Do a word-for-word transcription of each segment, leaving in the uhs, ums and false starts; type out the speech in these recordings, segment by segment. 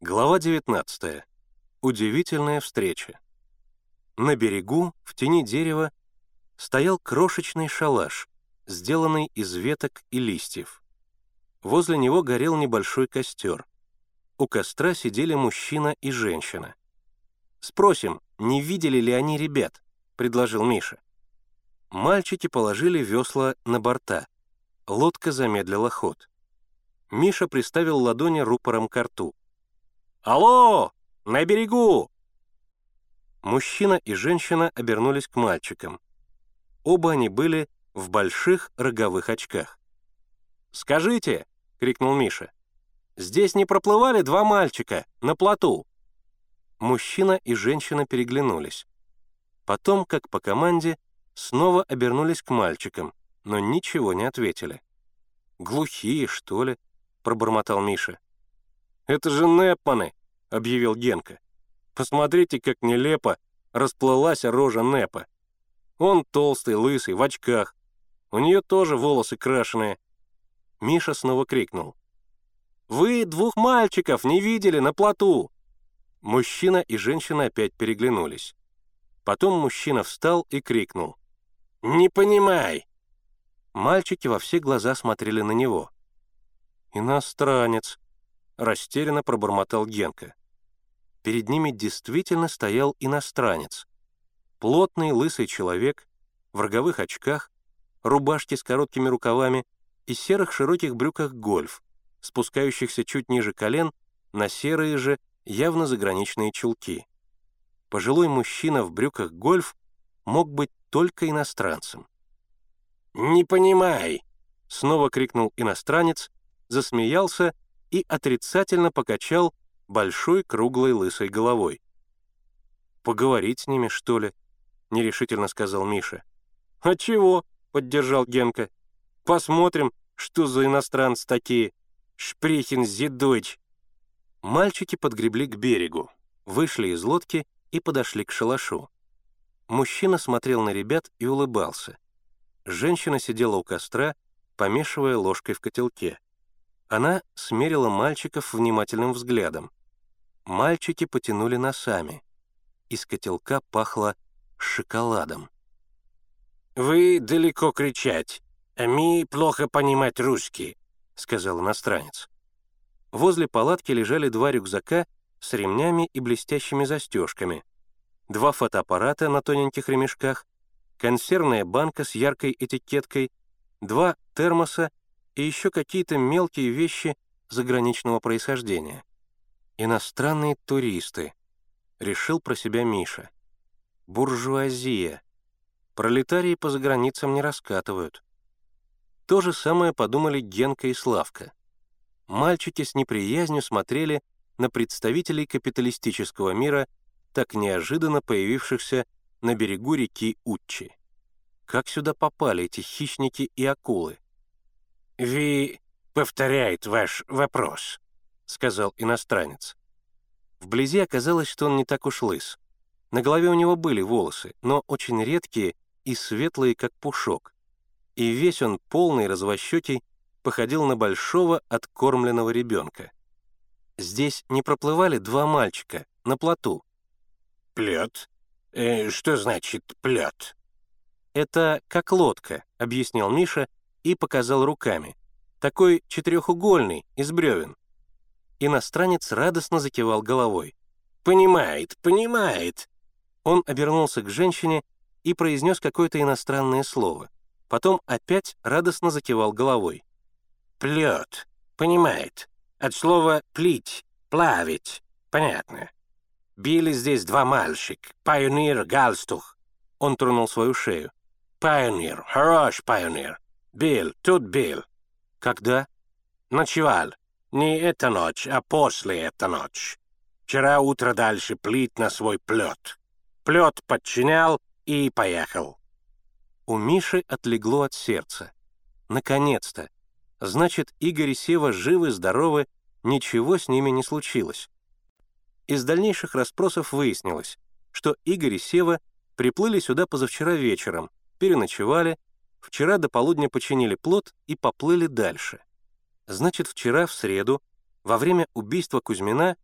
Глава девятнадцатая. Удивительная встреча. На берегу, в тени дерева, стоял крошечный шалаш, сделанный из веток и листьев. Возле него горел небольшой костер. У костра сидели мужчина и женщина. «Спросим, не видели ли они ребят?» — предложил Миша. Мальчики положили весла на борта. Лодка замедлила ход. Миша приставил ладони рупором к рту. «Алло! На берегу!» Мужчина и женщина обернулись к мальчикам. Оба они были в больших роговых очках. «Скажите!» — крикнул Миша. «Здесь не проплывали два мальчика на плоту?» Мужчина и женщина переглянулись. Потом, как по команде, снова обернулись к мальчикам, но ничего не ответили. «Глухие, что ли?» — пробормотал Миша. «Это же Непманы!» — объявил Генка. «Посмотрите, как нелепо расплылась рожа Непа. Он толстый, лысый, в очках. У нее тоже волосы крашеные». Миша снова крикнул. «Вы двух мальчиков не видели на плоту!» Мужчина и женщина опять переглянулись. Потом мужчина встал и крикнул. «Не понимай!» Мальчики во все глаза смотрели на него. «Иностранец», — растерянно пробормотал Генка. Перед ними действительно стоял иностранец. Плотный лысый человек, в роговых очках, рубашке с короткими рукавами и серых широких брюках гольф, спускающихся чуть ниже колен на серые же, явно заграничные чулки. Пожилой мужчина в брюках гольф мог быть только иностранцем. «Не понимай!» — снова крикнул иностранец, засмеялся и отрицательно покачал большой круглой лысой головой. «Поговорить с ними, что ли?» — нерешительно сказал Миша. «А чего?» — поддержал Генка. «Посмотрим, что за иностранцы такие. Шпрехен зидойч». Мальчики подгребли к берегу, вышли из лодки и подошли к шалашу. Мужчина смотрел на ребят и улыбался. Женщина сидела у костра, помешивая ложкой в котелке. Она смерила мальчиков внимательным взглядом. Мальчики потянули носами. Из котелка пахло шоколадом. «Вы далеко кричать, а мы плохо понимать русский», — сказал иностранец. Возле палатки лежали два рюкзака с ремнями и блестящими застежками, два фотоаппарата на тоненьких ремешках, консервная банка с яркой этикеткой, два термоса и еще какие-то мелкие вещи заграничного происхождения. «Иностранные туристы», — решил про себя Миша. «Буржуазия. Пролетарии по заграницам не раскатывают». То же самое подумали Генка и Славка. Мальчики с неприязнью смотрели на представителей капиталистического мира, так неожиданно появившихся на берегу реки Утчи. Как сюда попали эти хищники и акулы? «Вы повторяет ваш вопрос», — сказал иностранец. Вблизи оказалось, что он не так уж лыс. На голове у него были волосы, но очень редкие и светлые, как пушок. И весь он, полный, развощекий, походил на большого откормленного ребенка. Здесь не проплывали два мальчика на плоту. «Плет? Э, что значит плет?» «Это как лодка», — объяснил Миша и показал руками. «Такой четырехугольный, из бревен». Иностранец радостно закивал головой. «Понимает, понимает». Он обернулся к женщине и произнес какое-то иностранное слово. Потом опять радостно закивал головой. «Плет, понимает. От слова «плить», «плавить». Понятно. Били здесь два мальчик. Пайонир, галстух». Он тронул свою шею. «Пайонир, хорош пайонир. Бил, тут бил». «Когда?» «Ночевал. Не эта ночь, а после эта ночь. Вчера утро дальше плить на свой плет. Плет подчинял и поехал». У Миши отлегло от сердца. Наконец-то! Значит, Игорь и Сева живы-здоровы, ничего с ними не случилось. Из дальнейших расспросов выяснилось, что Игорь и Сева приплыли сюда позавчера вечером, переночевали, вчера до полудня починили плот и поплыли дальше. Значит, вчера, в среду, во время убийства Кузьмина,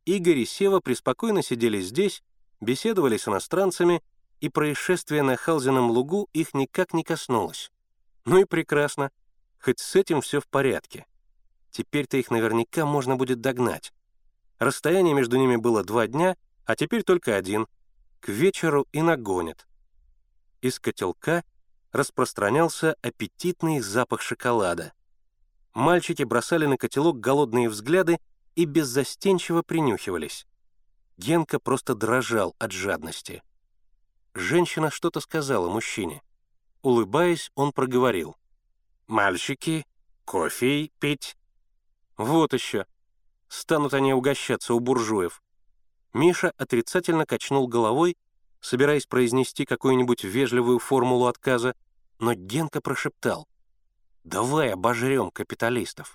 Игорь и Сева преспокойно сидели здесь, беседовали с иностранцами, и происшествие на Халзином лугу их никак не коснулось. Ну и прекрасно, хоть с этим все в порядке. Теперь-то их наверняка можно будет догнать. Расстояние между ними было два дня, а теперь только один. К вечеру и нагонят. Из котелка распространялся аппетитный запах шоколада. Мальчики бросали на котелок голодные взгляды и беззастенчиво принюхивались. Генка просто дрожал от жадности. Женщина что-то сказала мужчине. Улыбаясь, он проговорил: «Мальчики, кофе пить». Вот еще. Станут они угощаться у буржуев. Миша отрицательно качнул головой, собираясь произнести какую-нибудь вежливую формулу отказа, но Генка прошептал: «Давай обожрем капиталистов».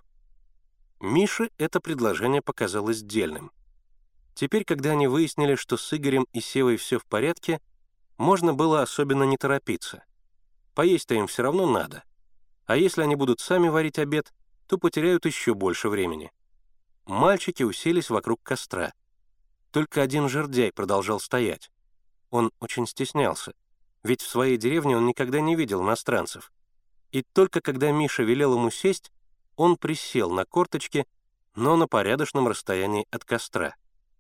Мише это предложение показалось дельным. Теперь, когда они выяснили, что с Игорем и Севой все в порядке, можно было особенно не торопиться. Поесть-то им все равно надо. А если они будут сами варить обед, то потеряют еще больше времени. Мальчики уселись вокруг костра. Только один жердяй продолжал стоять. Он очень стеснялся, ведь в своей деревне он никогда не видел иностранцев. И только когда Миша велел ему сесть, он присел на корточки, но на порядочном расстоянии от костра.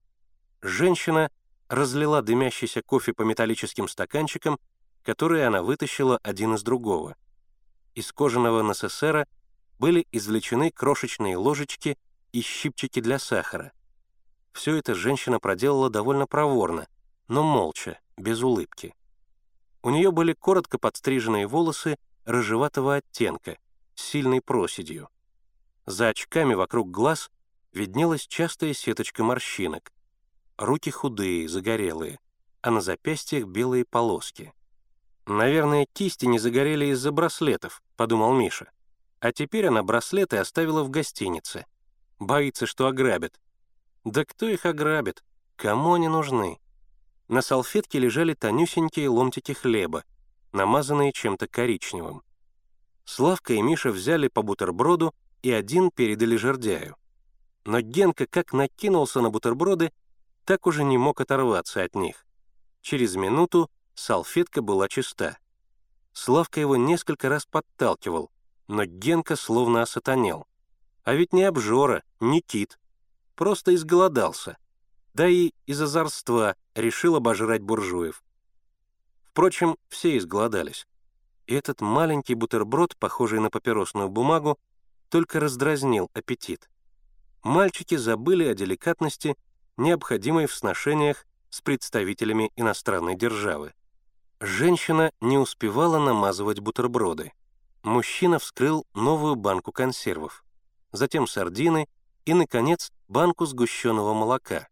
Женщина разлила дымящийся кофе по металлическим стаканчикам, которые она вытащила один из другого. Из кожаного НССРа были извлечены крошечные ложечки и щипчики для сахара. Все это женщина проделала довольно проворно, но молча, без улыбки. У нее были коротко подстриженные волосы рыжеватого оттенка, с сильной проседью. За очками вокруг глаз виднелась частая сеточка морщинок. Руки худые, загорелые, а на запястьях белые полоски. «Наверное, кисти не загорели из-за браслетов», — подумал Миша. А теперь она браслеты оставила в гостинице. Боится, что ограбят. Да кто их ограбит? Кому они нужны? На салфетке лежали тонюсенькие ломтики хлеба, намазанные чем-то коричневым. Славка и Миша взяли по бутерброду и один передали жердяю. Но Генка как накинулся на бутерброды, так уже не мог оторваться от них. Через минуту салфетка была чиста. Славка его несколько раз подталкивал, но Генка словно осатанел. А ведь не обжора, не кит. Просто изголодался. Да и из озорства решил обожрать буржуев. Впрочем, все изголодались. И этот маленький бутерброд, похожий на папиросную бумагу, только раздразнил аппетит. Мальчики забыли о деликатности, необходимой в сношениях с представителями иностранной державы. Женщина не успевала намазывать бутерброды. Мужчина вскрыл новую банку консервов, затем сардины и, наконец, банку сгущенного молока.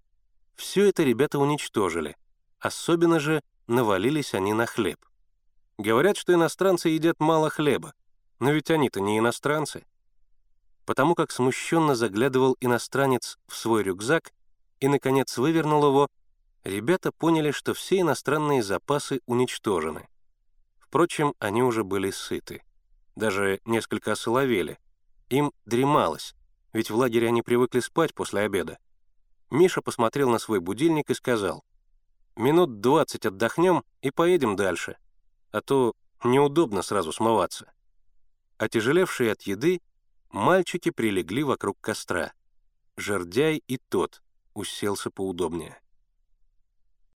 Все это ребята уничтожили, особенно же навалились они на хлеб. Говорят, что иностранцы едят мало хлеба, но ведь они-то не иностранцы. Потому как смущенно заглядывал иностранец в свой рюкзак и, наконец, вывернул его, ребята поняли, что все иностранные запасы уничтожены. Впрочем, они уже были сыты. Даже несколько осоловели. Им дремалось, ведь в лагере они привыкли спать после обеда. Миша посмотрел на свой будильник и сказал: «Минут двадцать отдохнем и поедем дальше, а то неудобно сразу смываться». Отяжелевшие от еды, мальчики прилегли вокруг костра. Жердяй и тот уселся поудобнее.